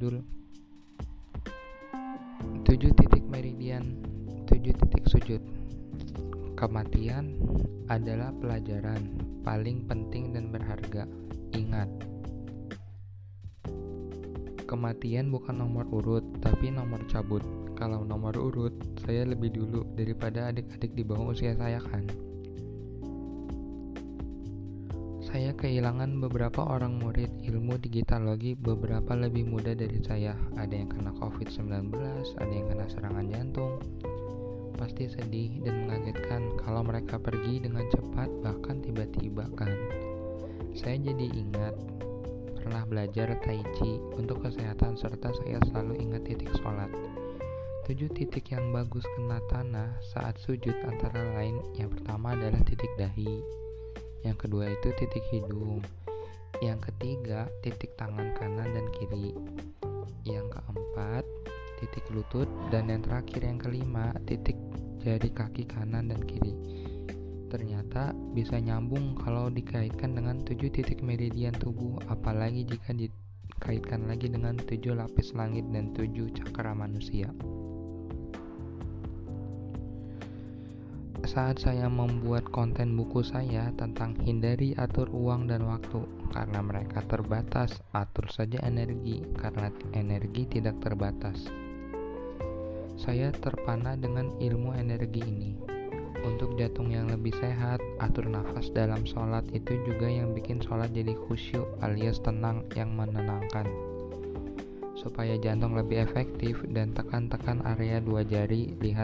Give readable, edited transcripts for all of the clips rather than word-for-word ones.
berjudul 7 titik meridian, 7 titik sujud. Kematian adalah pelajaran paling penting dan berharga. Ingat, kematian bukan nomor urut, tapi nomor cabut. Kalau nomor urut, saya lebih dulu daripada adik-adik di bawah usia saya kan. Saya kehilangan beberapa orang murid ilmu digitalogi, beberapa lebih muda dari saya. Ada yang kena COVID-19, ada yang kena serangan jantung. Pasti sedih dan mengagetkan kalau mereka pergi dengan cepat, bahkan tiba-tiba kan. Saya jadi ingat pernah belajar Tai Chi untuk kesehatan, serta saya selalu ingat titik sholat. 7 titik yang bagus kena tanah saat sujud antara lain, yang pertama adalah titik dahi, yang kedua itu titik hidung, yang ketiga titik tangan kanan dan kiri, yang keempat titik lutut, dan yang terakhir yang kelima titik jari kaki kanan dan kiri. Ternyata bisa nyambung kalau dikaitkan dengan 7 titik meridian tubuh, apalagi jika dikaitkan lagi dengan 7 lapis langit dan 7 cakra manusia. Saat saya membuat konten buku saya tentang hindari atur uang dan waktu, karena mereka terbatas, atur saja energi, karena energi tidak terbatas. Saya terpana dengan ilmu energi ini. Untuk jantung yang lebih sehat, atur nafas dalam sholat, itu juga yang bikin sholat jadi khusyuk alias tenang, yang menenangkan. Supaya jantung lebih efektif, dan tekan-tekan area 2 jari, lihat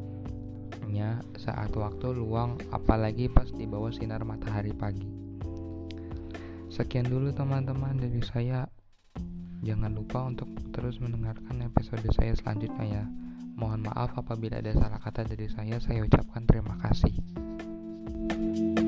saat waktu luang, apalagi pas di bawah sinar matahari pagi. Sekian dulu teman-teman dari saya. Jangan lupa untuk terus mendengarkan episode saya selanjutnya ya. Mohon maaf apabila ada salah kata dari saya ucapkan terima kasih.